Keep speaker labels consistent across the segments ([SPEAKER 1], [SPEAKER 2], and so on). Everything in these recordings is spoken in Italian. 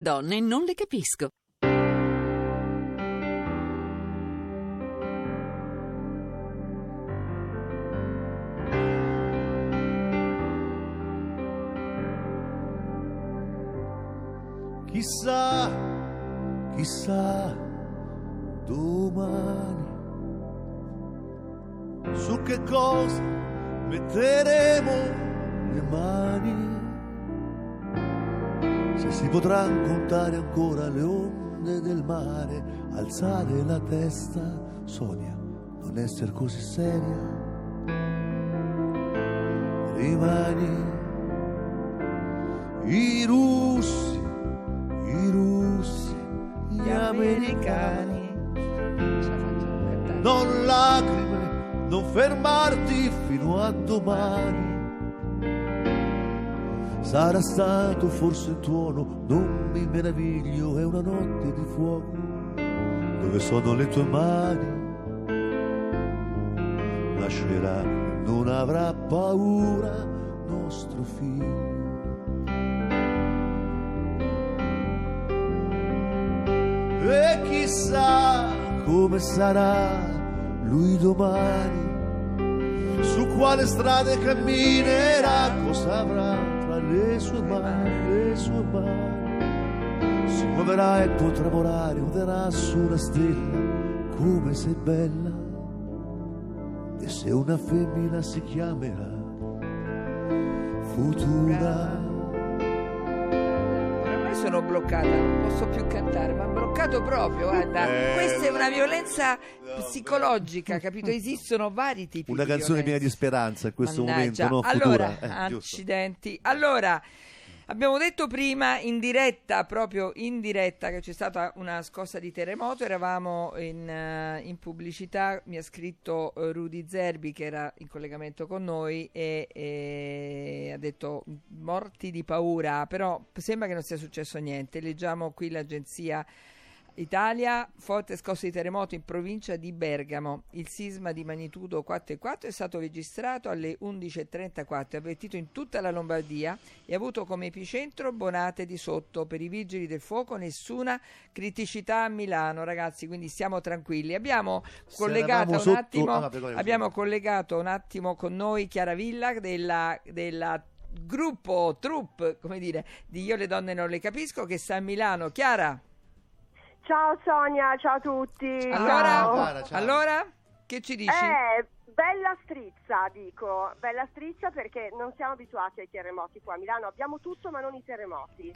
[SPEAKER 1] Donne non le capisco.
[SPEAKER 2] Chissà, chissà, domani su che cosa metteremo le mani. Se si potranno contare ancora le onde del mare, alzare la testa, Sonia, non essere così seria. Rimani, i russi, gli americani. Non lacrime, non fermarti fino a domani. Sarà stato forse il tuono, non mi meraviglio, è una notte di fuoco. Dove sono le tue mani? Lascerà, non avrà paura nostro figlio. E chissà come sarà lui domani, su quale strade camminerà, cosa avrà tra le sue mani, si muoverà e potrà volare, udrà su una stella, come sei bella, e se una femmina si chiamerà Futura.
[SPEAKER 3] Sono bloccata, non posso più cantare, ma bloccato proprio, guarda. Questa è una violenza psicologica, capito? Esistono vari tipi
[SPEAKER 2] una
[SPEAKER 3] di
[SPEAKER 2] canzone
[SPEAKER 3] violenza.
[SPEAKER 2] piena di speranza in questo
[SPEAKER 3] Mannaggia.
[SPEAKER 2] momento, no?
[SPEAKER 3] Allora,
[SPEAKER 2] Futura.
[SPEAKER 3] accidenti. Allora, abbiamo detto prima in diretta, proprio in diretta, che c'è stata una scossa di terremoto. Eravamo in pubblicità, mi ha scritto Rudy Zerbi, che era in collegamento con noi, e ha detto morti di paura, però sembra che non sia successo niente. Leggiamo qui l'agenzia Italia: forte scossa di terremoto in provincia di Bergamo. Il sisma di magnitudo 4,4 è stato registrato alle 11:34, avvertito in tutta la Lombardia e ha avuto come epicentro Bonate di Sotto. Per i vigili del fuoco nessuna criticità a Milano, ragazzi, quindi stiamo tranquilli. Abbiamo collegato un attimo con noi Chiara Villa della gruppo troupe, come dire, di Io le donne non le capisco, che sta a Milano. Chiara?
[SPEAKER 4] Ciao Sonia, ciao a tutti.
[SPEAKER 3] Allora, che ci dici?
[SPEAKER 4] Bella strizza, dico, bella strizza, perché non siamo abituati ai terremoti qua a Milano, abbiamo tutto ma non i terremoti.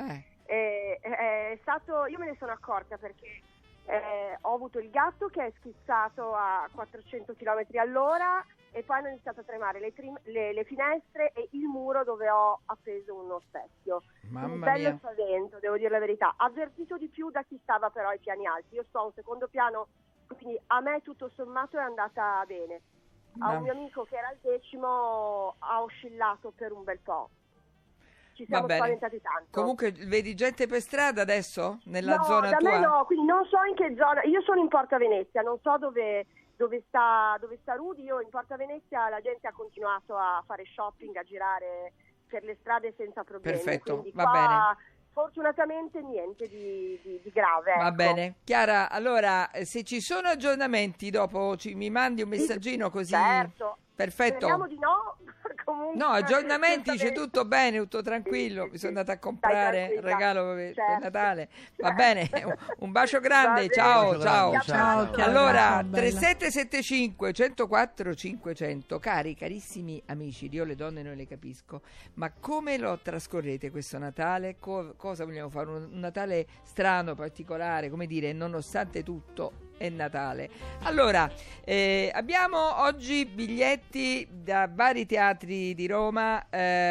[SPEAKER 4] È stato, io me ne sono accorta perché ho avuto il gatto che è schizzato a 400 km all'ora e poi hanno iniziato a tremare le finestre e il muro dove ho appeso uno specchio. Un bello spavento, devo dire la verità. Avvertito di più da chi stava però ai piani alti. Io sto a un secondo piano, quindi a me tutto sommato è andata bene. A un mio amico che era al 10° ha oscillato per un bel po'. Ci siamo spaventati tanto.
[SPEAKER 3] Comunque vedi gente per strada adesso? Nella zona
[SPEAKER 4] da
[SPEAKER 3] tua?
[SPEAKER 4] Me no, quindi non so in che zona. Io sono in Porta Venezia, non so dove sta Rudy. Io in Porta Venezia la gente ha continuato a fare shopping, a girare per le strade senza problemi.
[SPEAKER 3] Perfetto,
[SPEAKER 4] quindi
[SPEAKER 3] va bene.
[SPEAKER 4] Fortunatamente niente di grave.
[SPEAKER 3] Va
[SPEAKER 4] ecco.
[SPEAKER 3] bene. Chiara, allora se ci sono aggiornamenti dopo mi mandi un messaggino così.
[SPEAKER 4] Certo.
[SPEAKER 3] Perfetto.
[SPEAKER 4] Speriamo di no. Comunque,
[SPEAKER 3] no, aggiornamenti, c'è tutto bene, tutto tranquillo. Mi sono andata a comprare il regalo per Natale. Va bene, un bacio grande. Ciao. Allora, 3775 104 500. Carissimi amici, Io le donne non le capisco, ma come lo trascorrete questo Natale? Cosa vogliamo fare? Un Natale strano, particolare, come dire, nonostante tutto è Natale. Allora, abbiamo oggi biglietti da vari teatri di Roma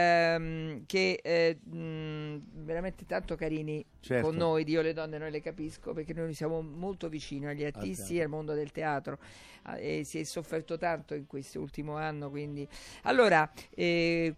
[SPEAKER 3] che veramente tanto carini,
[SPEAKER 2] certo,
[SPEAKER 3] con noi di Io le donne non le capisco, perché noi siamo molto vicini agli artisti e al mondo del teatro, e si è sofferto tanto in questo ultimo anno, quindi allora il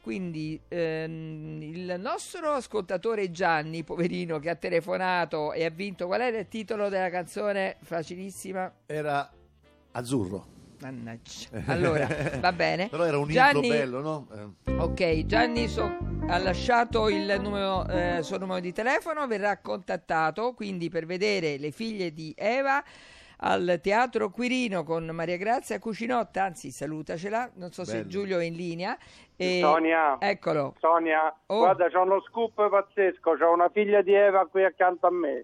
[SPEAKER 3] nostro ascoltatore Gianni, poverino, che ha telefonato e ha vinto. Qual era il titolo della canzone? Facilissima.
[SPEAKER 2] Era Azzurro.
[SPEAKER 3] Mannaggia. Allora, va bene.
[SPEAKER 2] Però era un
[SPEAKER 3] Gianni,
[SPEAKER 2] intro bello, no?
[SPEAKER 3] Ok, Gianni ha lasciato il suo numero di telefono, verrà contattato quindi per vedere Le figlie di Eva al Teatro Quirino con Maria Grazia Cucinotta, anzi salutacela, non so se Giulio è in linea.
[SPEAKER 1] Sonia,
[SPEAKER 3] eccolo.
[SPEAKER 1] Sonia, guarda, c'ho uno scoop pazzesco, c'ho una figlia di Eva qui accanto a me.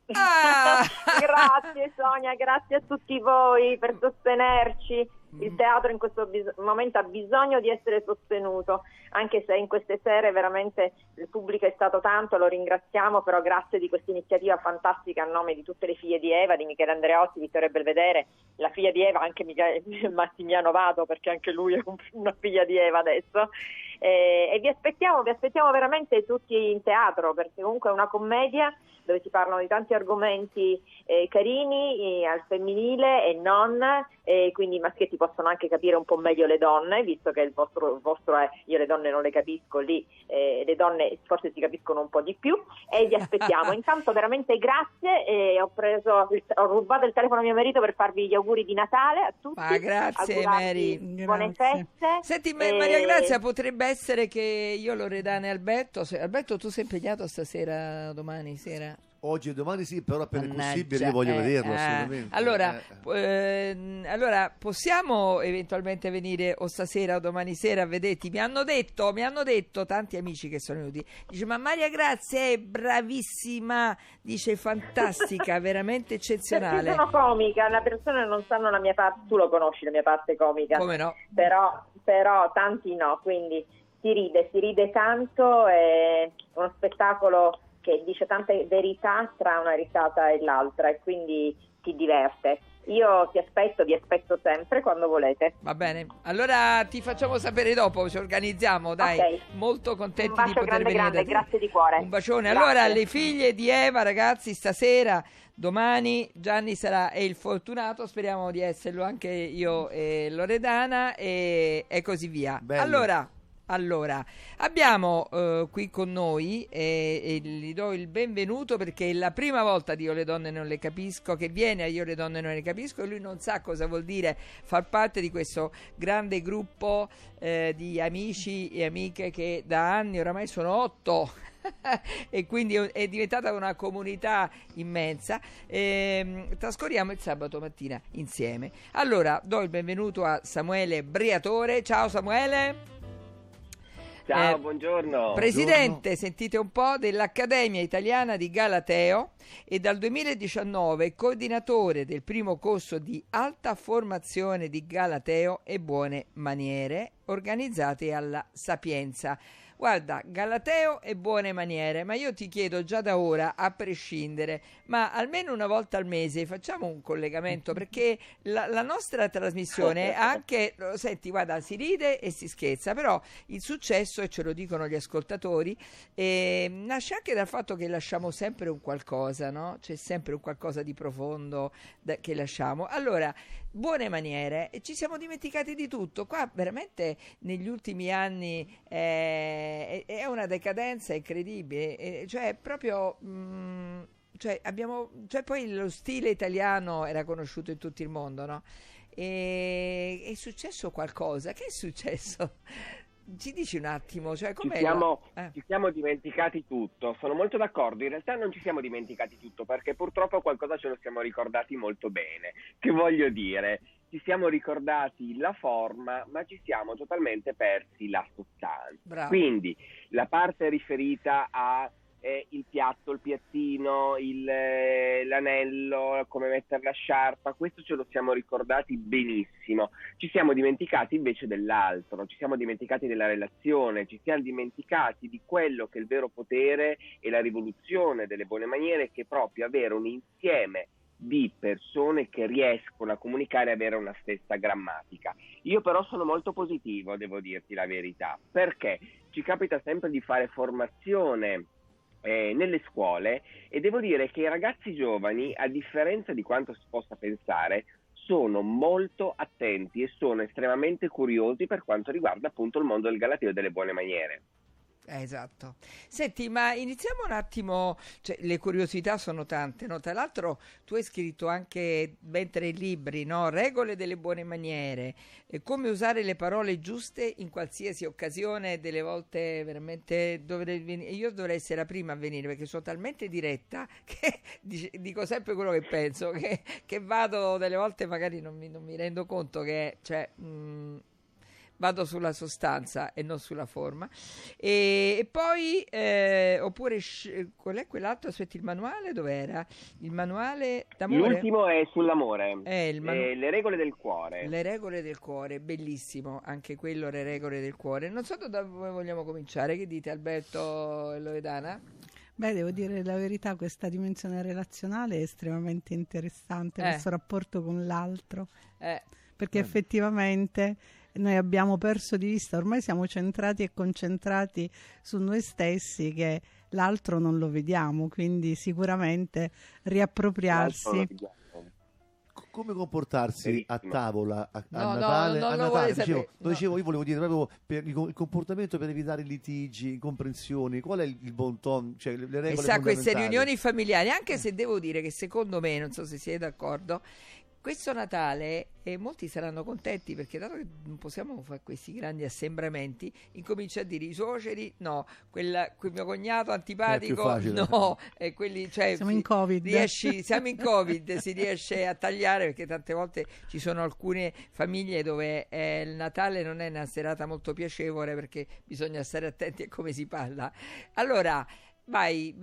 [SPEAKER 5] Grazie Sonia, grazie a tutti voi per sostenerci. Il teatro in questo momento ha bisogno di essere sostenuto, anche se in queste sere veramente il pubblico è stato tanto, lo ringraziamo, però grazie di questa iniziativa fantastica a nome di tutte le figlie di Eva, di Michele Andreotti, Vittorio Belvedere, la figlia di Eva, anche Massimiliano Vado, perché anche lui è una figlia di Eva adesso. E vi aspettiamo veramente tutti in teatro, perché comunque è una commedia dove si parlano di tanti argomenti carini al femminile e non, quindi i maschietti possono anche capire un po' meglio le donne, visto che il vostro è io le donne non le capisco, lì le donne forse si capiscono un po' di più, e vi aspettiamo. Intanto veramente grazie, ho rubato il telefono a mio marito per farvi gli auguri di Natale a tutti.
[SPEAKER 3] Ma grazie Mary,
[SPEAKER 5] buone feste.
[SPEAKER 3] Senti Maria Grazia, potrebbe essere che io, Loredana e Alberto, tu sei impegnato stasera, domani sera?
[SPEAKER 2] Oggi e domani sì, però appena è possibile io voglio vederlo assolutamente.
[SPEAKER 3] Allora possiamo eventualmente venire o stasera o domani sera a vederti? Mi hanno detto tanti amici che sono venuti, dice ma Maria Grazia è bravissima, dice fantastica, veramente eccezionale.
[SPEAKER 5] Perché sono comica, le persone non sanno la mia parte, tu lo conosci la mia parte comica.
[SPEAKER 3] Come no?
[SPEAKER 5] Però tanti no, quindi si ride tanto, è uno spettacolo che dice tante verità tra una risata e l'altra, e quindi ti diverte. Io vi aspetto sempre quando volete.
[SPEAKER 3] Va bene, allora ti facciamo sapere dopo, ci organizziamo, dai. Okay. Molto contenti di poter venire da te.
[SPEAKER 5] Grazie di cuore.
[SPEAKER 3] Un bacione.
[SPEAKER 5] Grazie.
[SPEAKER 3] Allora, Le figlie di Eva, ragazzi, stasera, domani Gianni è il fortunato, speriamo di esserlo anche io e Loredana e così via. Bello. Allora, abbiamo qui con noi e gli do il benvenuto perché è la prima volta di Io le donne non le capisco che viene a Io le donne non le capisco, e lui non sa cosa vuol dire far parte di questo grande gruppo di amici e amiche che da anni, oramai sono 8 e quindi è diventata una comunità immensa. Trascorriamo il sabato mattina insieme. Allora, do il benvenuto a Samuele Briatore. Ciao Samuele.
[SPEAKER 6] Ciao, buongiorno.
[SPEAKER 3] Presidente,
[SPEAKER 2] buongiorno.
[SPEAKER 3] Sentite un po', dell'Accademia Italiana di Galateo e dal 2019 coordinatore del primo corso di alta formazione di Galateo e buone maniere organizzate alla Sapienza. Guarda, Galateo e buone maniere, ma io ti chiedo già da ora, a prescindere, ma almeno una volta al mese facciamo un collegamento, perché la nostra trasmissione anche, senti, guarda, si ride e si scherza, però il successo, e ce lo dicono gli ascoltatori, nasce anche dal fatto che lasciamo sempre un qualcosa, no? C'è sempre un qualcosa di profondo che lasciamo. Allora, buone maniere, e ci siamo dimenticati di tutto. Qua veramente negli ultimi anni è una decadenza incredibile, cioè proprio cioè poi lo stile italiano era conosciuto in tutto il mondo, no? E è successo qualcosa. Che è successo? Ci dici un attimo, cioè com'è?
[SPEAKER 6] Ci siamo dimenticati tutto, sono molto d'accordo, in realtà non ci siamo dimenticati tutto perché purtroppo qualcosa ce lo siamo ricordati molto bene, che voglio dire, ci siamo ricordati la forma ma ci siamo totalmente persi la sostanza.
[SPEAKER 3] Bravo.
[SPEAKER 6] Quindi la parte riferita a il piatto, il piattino, l'anello, come mettere la sciarpa, questo ce lo siamo ricordati benissimo. Ci siamo dimenticati invece dell'altro, ci siamo dimenticati della relazione, ci siamo dimenticati di quello che è il vero potere e la rivoluzione delle buone maniere, che è proprio avere un insieme di persone che riescono a comunicare e avere una stessa grammatica. Io però sono molto positivo, devo dirti la verità, perché ci capita sempre di fare formazione nelle scuole e devo dire che i ragazzi giovani, a differenza di quanto si possa pensare, sono molto attenti e sono estremamente curiosi per quanto riguarda appunto il mondo del galateo e delle buone maniere.
[SPEAKER 3] Esatto. Senti, ma iniziamo un attimo, cioè, le curiosità sono tante, no? Tra l'altro tu hai scritto anche ben 3 libri, no? Regole delle buone maniere, come usare le parole giuste in qualsiasi occasione, delle volte veramente io dovrei essere la prima a venire perché sono talmente diretta che dico sempre quello che penso, che vado delle volte magari non mi rendo conto che cioè, vado sulla sostanza e non sulla forma. E poi oppure qual è quell'altro? Aspetta, il manuale dov'era? Il manuale d'amore?
[SPEAKER 6] L'ultimo è sull'amore,
[SPEAKER 3] le
[SPEAKER 6] regole del cuore.
[SPEAKER 3] Le regole del cuore, bellissimo anche quello, le regole del cuore. Non so da dove vogliamo cominciare, che dite Alberto e Loredana?
[SPEAKER 7] Beh, devo dire la verità, questa dimensione relazionale è estremamente interessante, questo rapporto con l'altro, perché effettivamente noi abbiamo perso di vista, ormai siamo centrati e concentrati su noi stessi, che l'altro non lo vediamo, quindi sicuramente riappropriarsi.
[SPEAKER 2] Come comportarsi a tavola a
[SPEAKER 3] Natale?
[SPEAKER 2] A Natale dicevo, io volevo dire proprio per il comportamento per evitare litigi, incomprensioni, qual è il bon ton, cioè le regole fondamentali.
[SPEAKER 3] Queste riunioni familiari, anche se devo dire che secondo me, non so se siete d'accordo, questo Natale molti saranno contenti perché dato che non possiamo fare questi grandi assembramenti, incomincia a dire i suoceri no, quel mio cognato antipatico no, e quelli, cioè,
[SPEAKER 7] siamo in Covid,
[SPEAKER 3] siamo in Covid, si riesce a tagliare, perché tante volte ci sono alcune famiglie dove il Natale non è una serata molto piacevole perché bisogna stare attenti a come si parla. Allora vai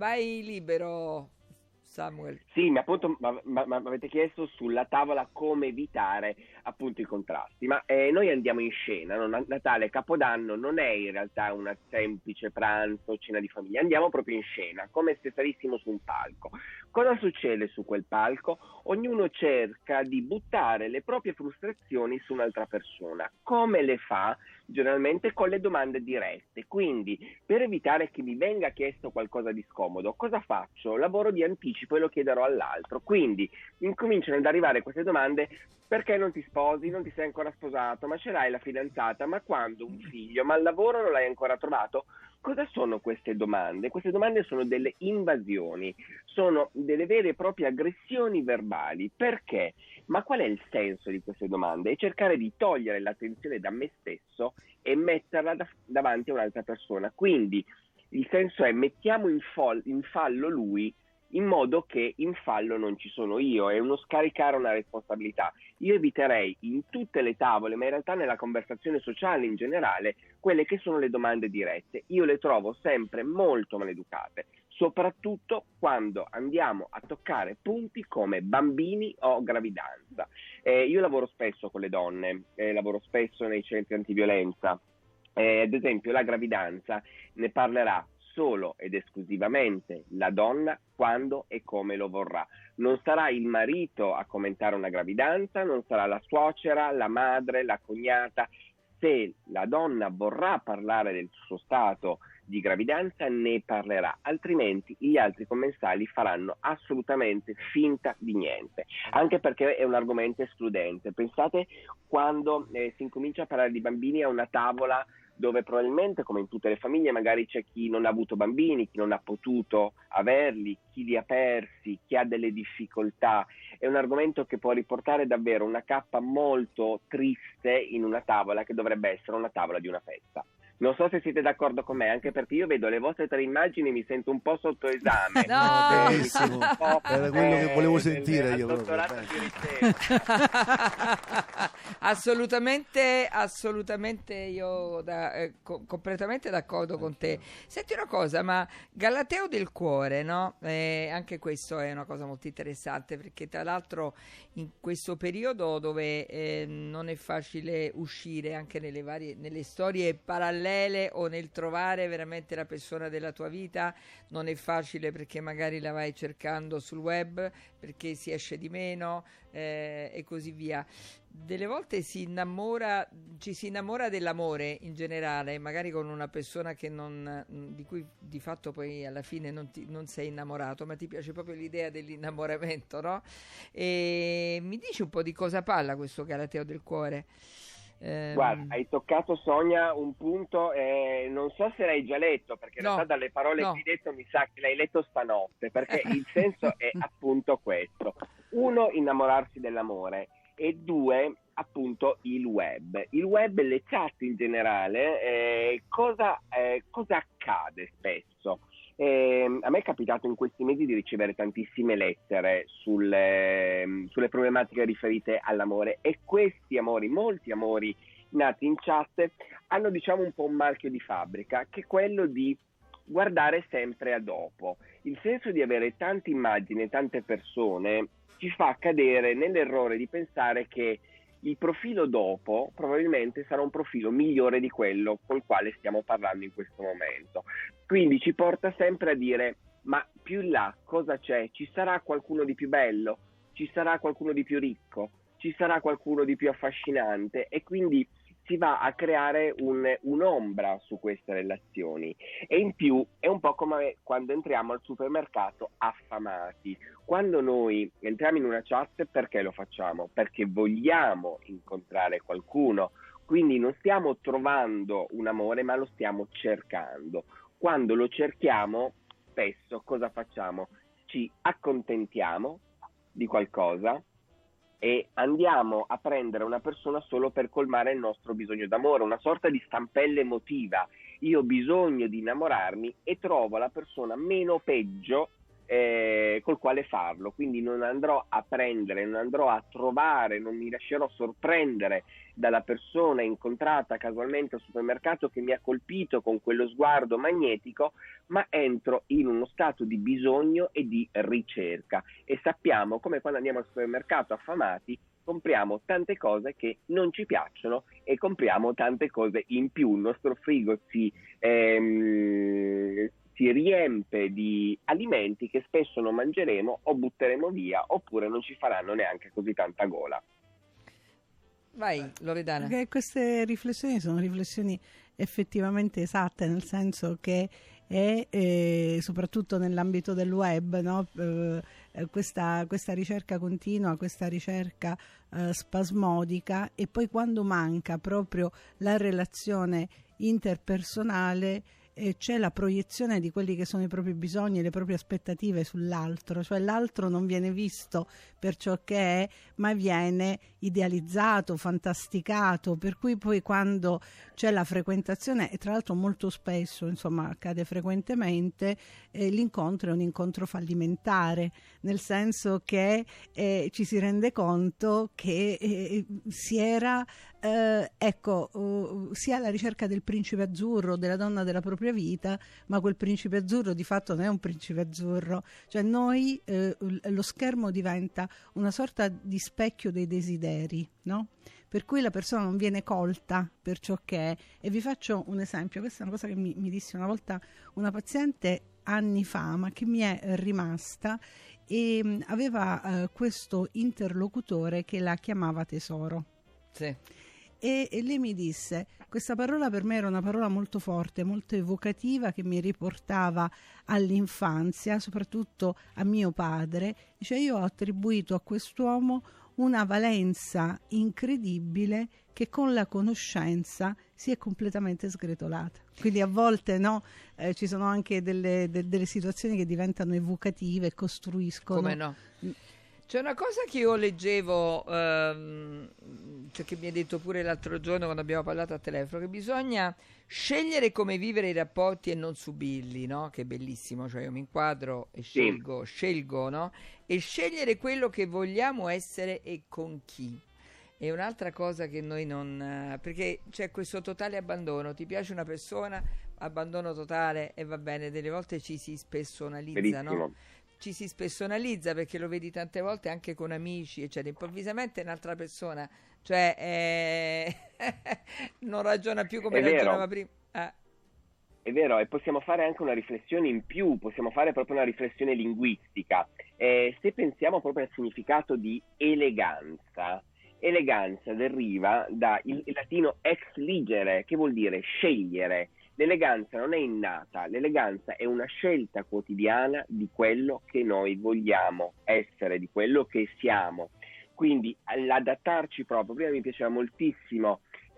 [SPEAKER 3] libero, Samuel.
[SPEAKER 6] Sì, ma appunto ma avete chiesto sulla tavola come evitare appunto i contrasti, ma noi andiamo in scena, no? Natale, Capodanno non è in realtà una semplice pranzo, cena di famiglia, andiamo proprio in scena, come se sarissimo su un palco. Cosa succede su quel palco? Ognuno cerca di buttare le proprie frustrazioni su un'altra persona. Come le fa? Generalmente con le domande dirette. Quindi, per evitare che mi venga chiesto qualcosa di scomodo, cosa faccio? Lavoro di anticipo e lo chiederò all'altro. Quindi incominciano ad arrivare queste domande: perché non ti sposi? Non ti sei ancora sposato? Ma ce l'hai la fidanzata? Ma quando un figlio? Ma al lavoro non l'hai ancora trovato? Cosa sono queste domande? Queste domande sono delle invasioni, sono delle vere e proprie aggressioni verbali. Perché? Ma qual è il senso di queste domande? È cercare di togliere l'attenzione da me stesso e metterla davanti a un'altra persona. Quindi il senso è: mettiamo in fallo lui in modo che in fallo non ci sono io, è uno scaricare una responsabilità. Io eviterei in tutte le tavole, ma in realtà nella conversazione sociale in generale, quelle che sono le domande dirette. Io le trovo sempre molto maleducate, soprattutto quando andiamo a toccare punti come bambini o gravidanza. Io lavoro spesso con le donne, lavoro spesso nei centri antiviolenza. Ad esempio, la gravidanza ne parlerà solo ed esclusivamente la donna quando e come lo vorrà. Non sarà il marito a commentare una gravidanza, non sarà la suocera, la madre, la cognata. Se la donna vorrà parlare del suo stato di gravidanza, ne parlerà, altrimenti gli altri commensali faranno assolutamente finta di niente, anche perché è un argomento escludente. Pensate quando si incomincia a parlare di bambini a una tavola dove probabilmente, come in tutte le famiglie, magari c'è chi non ha avuto bambini, chi non ha potuto averli, chi li ha persi, chi ha delle difficoltà. È un argomento che può riportare davvero una cappa molto triste in una tavola che dovrebbe essere una tavola di una festa. Non so se siete d'accordo con me, anche perché io vedo le vostre 3 immagini e mi sento un po' sotto esame.
[SPEAKER 3] No!
[SPEAKER 2] Bellissimo. Era quello che volevo sentire io.
[SPEAKER 3] Assolutamente io completamente d'accordo con te. Senti una cosa, ma Galateo del cuore, no? Anche questo è una cosa molto interessante, perché tra l'altro in questo periodo dove non è facile uscire anche nelle storie parallele o nel trovare veramente la persona della tua vita, non è facile perché magari la vai cercando sul web, perché si esce di meno e così via. Delle volte ci si innamora dell'amore in generale, magari con una persona che di cui di fatto poi alla fine non sei innamorato, ma ti piace proprio l'idea dell'innamoramento, no? E mi dici un po' di cosa parla questo Galateo del cuore?
[SPEAKER 6] Guarda, hai toccato, Sonia, un punto, non so se l'hai già letto, perché in realtà dalle parole che hai detto mi sa che l'hai letto stanotte, perché il senso è appunto questo: 1, innamorarsi dell'amore, e 2, appunto il web, le chat in generale. Cosa accade spesso? A me è capitato in questi mesi di ricevere tantissime lettere sulle problematiche riferite all'amore, e questi amori, molti amori nati in chat, hanno, diciamo, un po' un marchio di fabbrica, che è quello di guardare sempre a dopo. Il senso di avere tante immagini, tante persone, ci fa cadere nell'errore di pensare che il profilo dopo probabilmente sarà un profilo migliore di quello col quale stiamo parlando in questo momento. Quindi ci porta sempre a dire: ma più in là cosa c'è? Ci sarà qualcuno di più bello? Ci sarà qualcuno di più ricco? Ci sarà qualcuno di più affascinante? E quindi si va a creare un'ombra su queste relazioni. E in più è un po' come quando entriamo al supermercato affamati. Quando noi entriamo in una chat, perché lo facciamo? Perché vogliamo incontrare qualcuno, quindi non stiamo trovando un amore, ma lo stiamo cercando. Quando lo cerchiamo, spesso cosa facciamo? Ci accontentiamo di qualcosa e andiamo a prendere una persona solo per colmare il nostro bisogno d'amore, una sorta di stampella emotiva. Io ho bisogno di innamorarmi e trovo la persona meno peggio col quale farlo, quindi non andrò a prendere, non andrò a trovare, non mi lascerò sorprendere dalla persona incontrata casualmente al supermercato che mi ha colpito con quello sguardo magnetico, ma entro in uno stato di bisogno e di ricerca. E sappiamo, come quando andiamo al supermercato affamati, compriamo tante cose che non ci piacciono e compriamo tante cose in più. Il nostro frigo si riempie di alimenti che spesso non mangeremo o butteremo via, oppure non ci faranno neanche così tanta gola.
[SPEAKER 3] Vai, Loredana.
[SPEAKER 7] Perché queste riflessioni sono riflessioni effettivamente esatte, nel senso che è soprattutto nell'ambito del web, no? Questa ricerca continua, questa ricerca spasmodica, e poi quando manca proprio la relazione interpersonale c'è la proiezione di quelli che sono i propri bisogni e le proprie aspettative sull'altro, cioè l'altro non viene visto per ciò che è, ma viene idealizzato, fantasticato, per cui poi quando c'è la frequentazione, e tra l'altro molto spesso, insomma, accade frequentemente, l'incontro è un incontro fallimentare, nel senso che ci si rende conto che si era sia alla ricerca del principe azzurro, della donna della propria vita, ma quel principe azzurro di fatto non è un principe azzurro, cioè noi lo schermo diventa una sorta di specchio dei desideri, no? Per cui la persona non viene colta per ciò che è. E vi faccio un esempio, questa è una cosa che mi disse una volta una paziente anni fa, ma che mi è rimasta, e aveva questo interlocutore che la chiamava tesoro.
[SPEAKER 3] Sì.
[SPEAKER 7] E lei mi disse: questa parola per me era una parola molto forte, molto evocativa, che mi riportava all'infanzia, soprattutto a mio padre. Dice: io ho attribuito a quest'uomo una valenza incredibile che con la conoscenza si è completamente sgretolata. Quindi a volte ci sono anche delle situazioni che diventano evocative e costruiscono.
[SPEAKER 3] Come no? C'è una cosa che io leggevo, cioè che mi hai detto pure l'altro giorno quando abbiamo parlato a telefono, che bisogna scegliere come vivere i rapporti e non subirli, no? Che è bellissimo, cioè io mi inquadro e scelgo, no? E scegliere quello che vogliamo essere e con chi. È un'altra cosa che noi non... perché c'è questo totale abbandono, ti piace una persona, abbandono totale, e va bene, delle volte ci si spersonalizza, no? Ci si spersonalizza, perché lo vedi tante volte anche con amici, eccetera. Improvvisamente un'altra persona, cioè non ragiona più come ragionava prima.
[SPEAKER 6] È vero, e possiamo fare anche una riflessione in più, possiamo fare proprio una riflessione linguistica. Se pensiamo proprio al significato di eleganza deriva dal latino ex ligere, che vuol dire scegliere. L'eleganza non è innata, l'eleganza è una scelta quotidiana di quello che noi vogliamo essere, di quello che siamo. Quindi l'adattarci proprio, prima mi piaceva moltissimo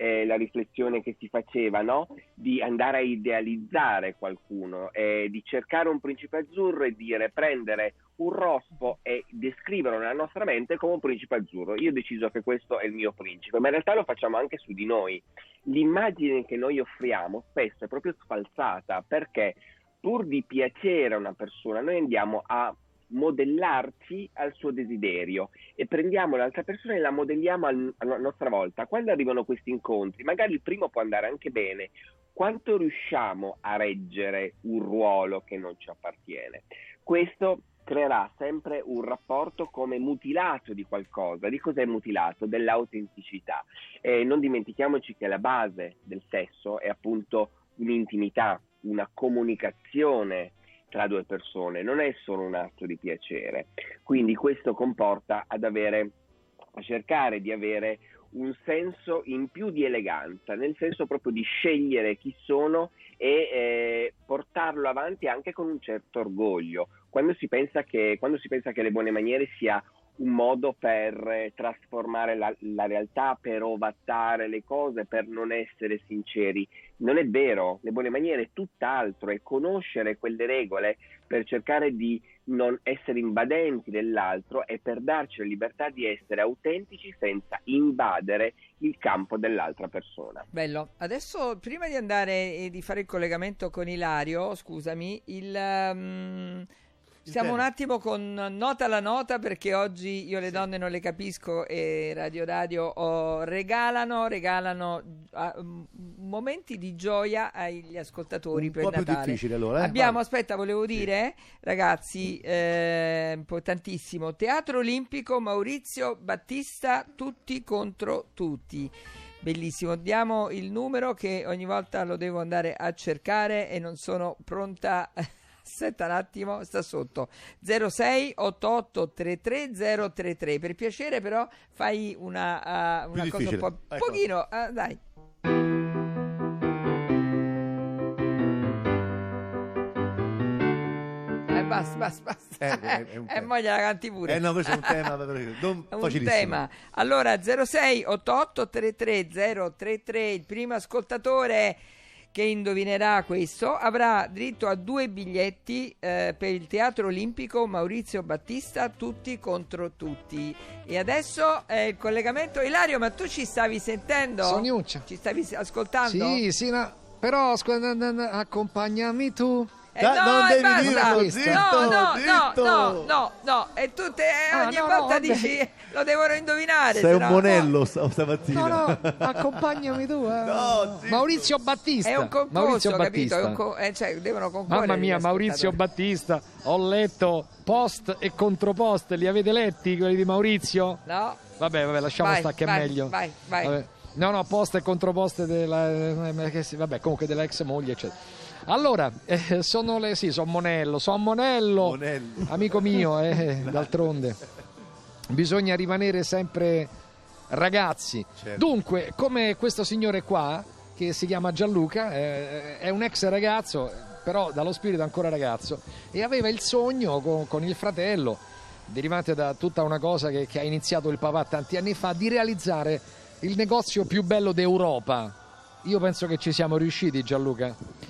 [SPEAKER 6] la riflessione che si faceva, no? Di andare a idealizzare qualcuno, di cercare un principe azzurro e dire, prendere un rospo e descriverlo nella nostra mente come un principe azzurro. Io ho deciso che questo è il mio principe, ma in realtà lo facciamo anche su di noi. L'immagine che noi offriamo spesso è proprio sfalsata, perché pur di piacere a una persona noi andiamo a modellarci al suo desiderio e prendiamo l'altra persona e la modelliamo a nostra volta. Quando arrivano questi incontri, magari il primo può andare anche bene, quanto riusciamo a reggere un ruolo che non ci appartiene? Questo creerà sempre un rapporto come mutilato di qualcosa. Di cos'è mutilato? Dell'autenticità. Non dimentichiamoci che la base del sesso è appunto un'intimità, una comunicazione tra due persone, non è solo un atto di piacere. Quindi questo comporta a cercare di avere un senso in più di eleganza, nel senso proprio di scegliere chi sono e portarlo avanti anche con un certo orgoglio. Quando si pensa che le buone maniere sia un modo per trasformare la realtà, per ovattare le cose, per non essere sinceri. Non è vero, le buone maniere è tutt'altro, è conoscere quelle regole per cercare di non essere invadenti dell'altro e per darci la libertà di essere autentici senza invadere il campo dell'altra persona.
[SPEAKER 3] Bello. Adesso, prima di andare e di fare il collegamento con Ilario, scusami, stiamo un attimo con Nota la Nota, perché oggi io le donne non le capisco e Radio regalano momenti di gioia agli ascoltatori per Natale. Un po' più difficile allora. Abbiamo, aspetta, volevo dire, ragazzi, importantissimo, Teatro Olimpico Maurizio Battista, tutti contro tutti. Bellissimo, diamo il numero che ogni volta lo devo andare a cercare e non sono pronta. Aspetta un attimo, sta sotto 06 88 33 033. Per piacere, però fai una cosa un po' pochino, dai. Basta. E moglie la canti pure.
[SPEAKER 2] No, questo è un tema non facilissimo.
[SPEAKER 3] Tema. Allora 06 88 33 033, il primo ascoltatore che indovinerà questo avrà diritto a 2 biglietti per il Teatro Olimpico Maurizio Battista, tutti contro tutti. E adesso il collegamento. Ilario, ma tu ci stavi sentendo?
[SPEAKER 8] Soniuccia.
[SPEAKER 3] Ci stavi ascoltando?
[SPEAKER 8] Sì, no, però accompagnami tu.
[SPEAKER 2] Non devi dirlo, zitto.
[SPEAKER 3] No, e tu ogni volta dici lo devono indovinare.
[SPEAKER 2] Sei un monello stamattina.
[SPEAKER 8] No, accompagnami tu.
[SPEAKER 2] No,
[SPEAKER 8] Maurizio Battista.
[SPEAKER 3] È un concorso,
[SPEAKER 8] Maurizio
[SPEAKER 3] capito?
[SPEAKER 8] Battista.
[SPEAKER 3] Cioè, devono concorrere.
[SPEAKER 8] Mamma mia, Maurizio Battista. Ho letto post e contropost. Li avete letti quelli di Maurizio?
[SPEAKER 3] No.
[SPEAKER 8] Vabbè, lasciamo stare che è meglio.
[SPEAKER 3] Vai.
[SPEAKER 8] Vabbè. No, post e contropost vabbè, comunque della ex moglie, eccetera. Allora, sono Monello, amico mio, d'altronde bisogna rimanere sempre ragazzi.
[SPEAKER 2] Certo.
[SPEAKER 8] Dunque, come questo signore qua, che si chiama Gianluca, è un ex ragazzo, però dallo spirito ancora ragazzo, e aveva il sogno con il fratello, derivante da tutta una cosa che ha iniziato il papà tanti anni fa, di realizzare il negozio più bello d'Europa. Io penso che ci siamo riusciti, Gianluca.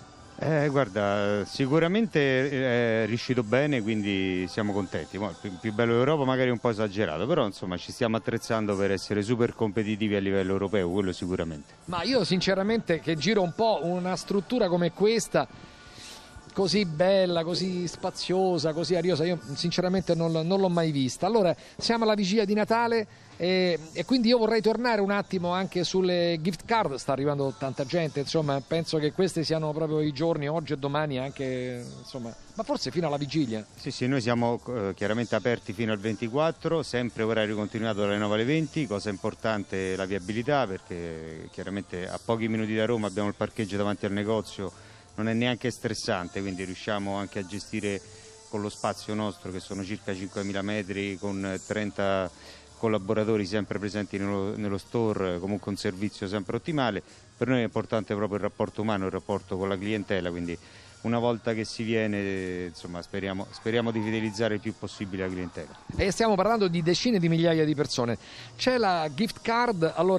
[SPEAKER 9] Guarda, sicuramente è riuscito bene, quindi siamo contenti. Il più bello d'Europa magari un po' esagerato, però insomma ci stiamo attrezzando per essere super competitivi a livello europeo, quello sicuramente.
[SPEAKER 8] Ma io sinceramente, che giro un po' una struttura come questa, così bella, così spaziosa, così ariosa, io sinceramente non l'ho mai vista. Allora, siamo alla vigilia di Natale e quindi io vorrei tornare un attimo anche sulle gift card. Sta arrivando tanta gente, insomma, penso che questi siano proprio i giorni, oggi e domani anche, insomma, ma forse fino alla vigilia.
[SPEAKER 9] Sì, noi siamo chiaramente aperti fino al 24, sempre orario continuato dalle 9 alle 20, cosa importante la viabilità, perché chiaramente a pochi minuti da Roma abbiamo il parcheggio davanti al negozio, non è neanche stressante, quindi riusciamo anche a gestire con lo spazio nostro, che sono circa 5.000 metri, con 30 collaboratori sempre presenti nello store, comunque un servizio sempre ottimale. Per noi è importante proprio il rapporto umano, il rapporto con la clientela, quindi una volta che si viene, insomma, speriamo di fidelizzare il più possibile la clientela.
[SPEAKER 8] E stiamo parlando di decine di migliaia di persone. C'è la gift card, allora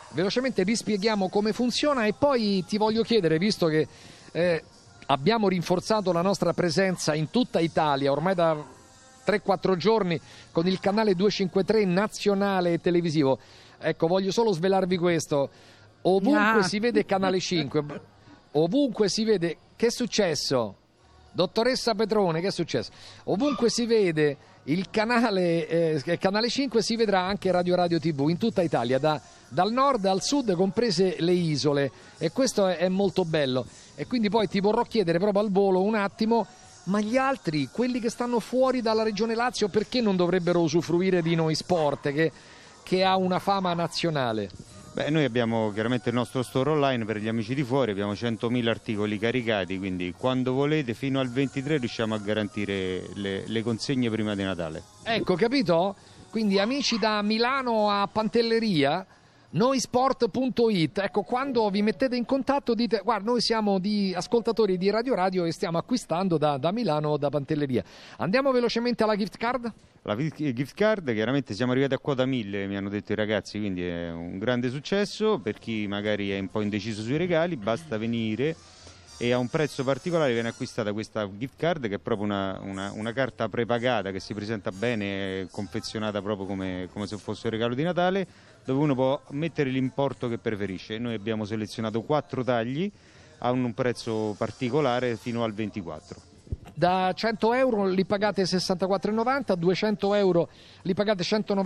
[SPEAKER 8] velocemente rispieghiamo come funziona e poi ti voglio chiedere, visto che abbiamo rinforzato la nostra presenza in tutta Italia ormai da 3-4 giorni con il canale 253 nazionale e televisivo, ecco, voglio solo svelarvi questo: ovunque si vede canale 5, ovunque si vede. Che è successo? Dottoressa Petrone, che è successo? Ovunque si vede il canale 5 si vedrà anche Radio TV in tutta Italia, dal nord al sud, comprese le isole, e questo è molto bello. E quindi poi ti vorrò chiedere proprio al volo un attimo: ma gli altri, quelli che stanno fuori dalla regione Lazio, perché non dovrebbero usufruire di Noi Sport, che ha una fama nazionale?
[SPEAKER 9] Beh, noi abbiamo chiaramente il nostro store online per gli amici di fuori, abbiamo 100.000 articoli caricati, quindi quando volete fino al 23 riusciamo a garantire le consegne prima di Natale.
[SPEAKER 8] Ecco, capito? Quindi amici da Milano a Pantelleria, noisport.it, ecco, quando vi mettete in contatto dite: guarda, noi siamo di ascoltatori di Radio e stiamo acquistando da Milano o da Pantelleria. Andiamo velocemente alla gift card?
[SPEAKER 9] La gift card, chiaramente siamo arrivati a quota 1000, mi hanno detto i ragazzi, quindi è un grande successo. Per chi magari è un po' indeciso sui regali, basta venire e a un prezzo particolare viene acquistata questa gift card, che è proprio una carta prepagata che si presenta bene, confezionata proprio come se fosse un regalo di Natale, dove uno può mettere l'importo che preferisce. Noi abbiamo selezionato 4 tagli a un prezzo particolare fino al 24.
[SPEAKER 8] Da 100 euro li pagate 64,90, 200 euro li pagate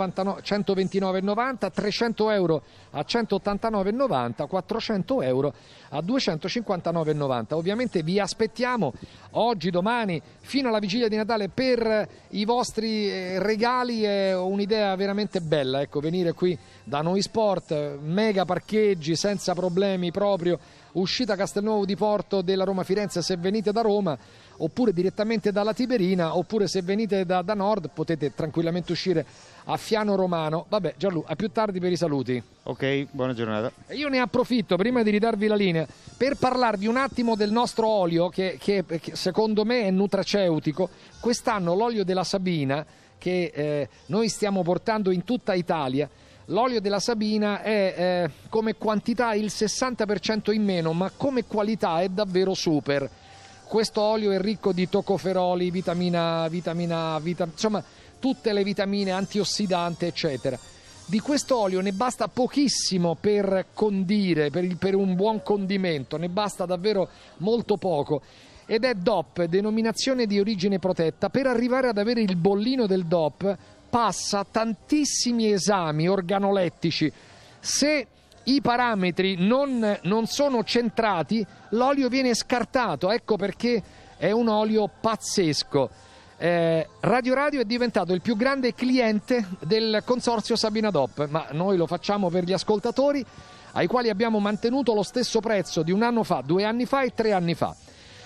[SPEAKER 8] 129,90, 300 euro a 189,90, 400 euro a 259,90. Ovviamente vi aspettiamo oggi, domani, fino alla vigilia di Natale per i vostri regali. È un'idea veramente bella, ecco, venire qui da Noi Sport, mega parcheggi senza problemi, proprio uscita Castelnuovo di Porto della Roma Firenze se venite da Roma, oppure direttamente dalla Tiberina, oppure se venite da nord potete tranquillamente uscire a Fiano Romano. Vabbè, Gianlu, a più tardi per i saluti.
[SPEAKER 9] Ok, buona giornata.
[SPEAKER 8] Io ne approfitto, prima di ridarvi la linea, per parlarvi un attimo del nostro olio che secondo me è nutraceutico. Quest'anno l'olio della Sabina, che noi stiamo portando in tutta Italia, l'olio della Sabina è come quantità il 60% in meno, ma come qualità è davvero super. Questo olio è ricco di toccoferoli, vitamina A, insomma tutte le vitamine, antiossidanti, eccetera. Di questo olio ne basta pochissimo per condire, per un buon condimento, ne basta davvero molto poco. Ed è DOP, denominazione di origine protetta. Per arrivare ad avere il bollino del DOP passa tantissimi esami organolettici. Se i parametri non sono centrati, l'olio viene scartato. Ecco perché è un olio pazzesco. Radio è diventato il più grande cliente del consorzio Sabina DOP, ma noi lo facciamo per gli ascoltatori, ai quali abbiamo mantenuto lo stesso prezzo di un anno fa, 2 anni fa e 3 anni fa.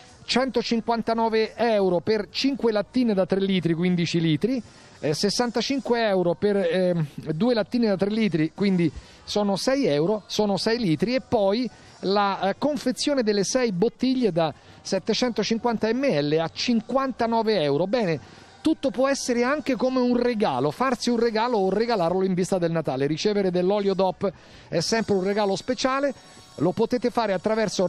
[SPEAKER 8] 159 euro per 5 lattine da 3 litri, 15 litri, 65 euro per 2 lattine da 3 litri, quindi sono 6 euro, sono 6 litri, e poi la confezione delle 6 bottiglie da 750 ml a 59 euro. Bene, tutto può essere anche come un regalo, farsi un regalo o regalarlo in vista del Natale. Ricevere dell'olio DOP è sempre un regalo speciale. Lo potete fare attraverso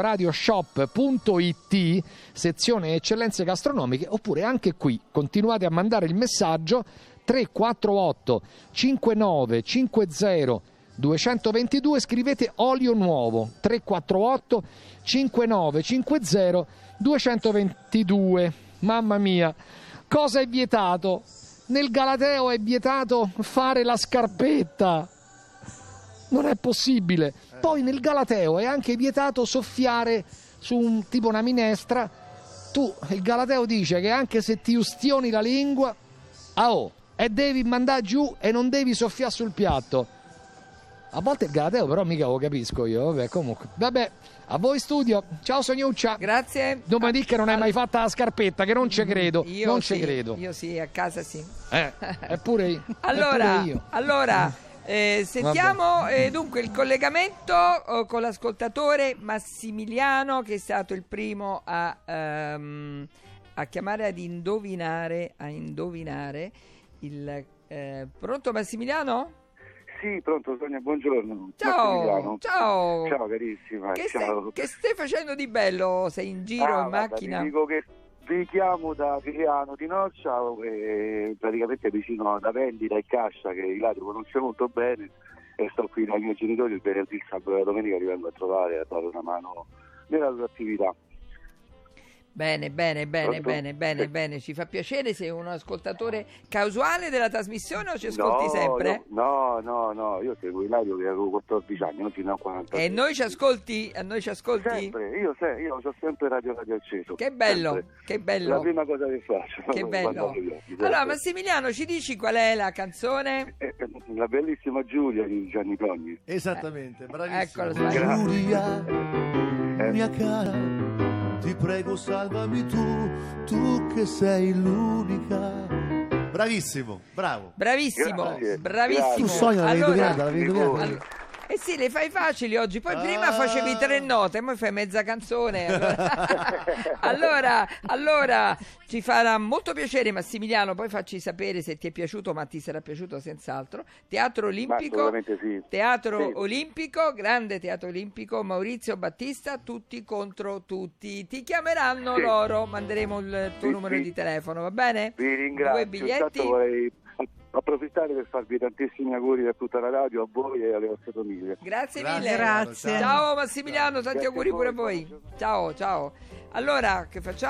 [SPEAKER 8] radioshop.it, sezione eccellenze gastronomiche, oppure anche qui continuate a mandare il messaggio 348 59 50 222, scrivete olio nuovo 348 59 50 222. Mamma mia, cosa è vietato? Nel Galateo è vietato fare la scarpetta, non è possibile. Poi nel Galateo è anche vietato soffiare su una minestra. Il Galateo dice che anche se ti ustioni la lingua, e devi mandare giù e non devi soffiare sul piatto. A volte il Galateo però mica lo capisco io. Vabbè, comunque. Vabbè, a voi studio. Ciao Sognuccia.
[SPEAKER 3] Grazie.
[SPEAKER 8] Non mi dica che non hai mai fatta la scarpetta, che non ci credo.
[SPEAKER 3] Io
[SPEAKER 8] ci credo.
[SPEAKER 3] Io sì, a casa sì.
[SPEAKER 8] Eppure io.
[SPEAKER 3] Allora, sentiamo dunque il collegamento con l'ascoltatore Massimiliano, che è stato il primo a chiamare, ad indovinare il pronto Massimiliano?
[SPEAKER 10] Sì, pronto Sonia, buongiorno.
[SPEAKER 3] Ciao, ciao.
[SPEAKER 10] Ciao carissima.
[SPEAKER 3] Che stai facendo di bello? Sei in giro in macchina?
[SPEAKER 10] Ti dico che vi chiamo da Pigliano di Noccia, praticamente vicino da Vendita e Cascia, che Ilario conosce molto bene, e sto qui dai miei genitori il venerdì, il sabato e la domenica li vengo a trovare, a dare una mano nella loro attività.
[SPEAKER 3] Bene, ci fa piacere. Sei un ascoltatore casuale della trasmissione o ci ascolti sempre?
[SPEAKER 10] No, io seguo Ilario che avevo 14 anni, non fino a 40.
[SPEAKER 3] E noi ci ascolti?
[SPEAKER 10] Sempre, io ho sempre radio acceso.
[SPEAKER 3] Che bello, che bello.
[SPEAKER 10] La prima cosa che faccio.
[SPEAKER 3] Che bello. Allora Massimiliano, ci dici qual è la canzone?
[SPEAKER 10] La bellissima Giulia di Gianni Cogni.
[SPEAKER 2] Esattamente, bravissimo.
[SPEAKER 3] Eccola,
[SPEAKER 2] Giulia, mia cara, ti prego salvami tu che sei l'unica. Bravissimo, bravo.
[SPEAKER 3] Bravissimo.
[SPEAKER 2] Tu Sonia l'avevi indovinata.
[SPEAKER 3] Eh sì, le fai facili oggi. Poi prima facevi 3 note, poi fai mezza canzone. Allora ci farà molto piacere, Massimiliano. Poi facci sapere se ti è piaciuto, ma ti sarà piaciuto senz'altro. Teatro Olimpico,
[SPEAKER 10] sì.
[SPEAKER 3] Olimpico, grande Teatro Olimpico, Maurizio Battista, tutti contro tutti. Ti chiameranno loro, manderemo il tuo numero di telefono, va bene?
[SPEAKER 10] Vi ringrazio.
[SPEAKER 3] 2 biglietti.
[SPEAKER 10] Vorrei approfittare per farvi tantissimi auguri a tutta la radio, a voi e alle vostre famiglie.
[SPEAKER 3] Grazie mille.
[SPEAKER 7] Grazie.
[SPEAKER 3] Ciao Massimiliano, tanti auguri pure a voi. Ciao. Allora, che facciamo?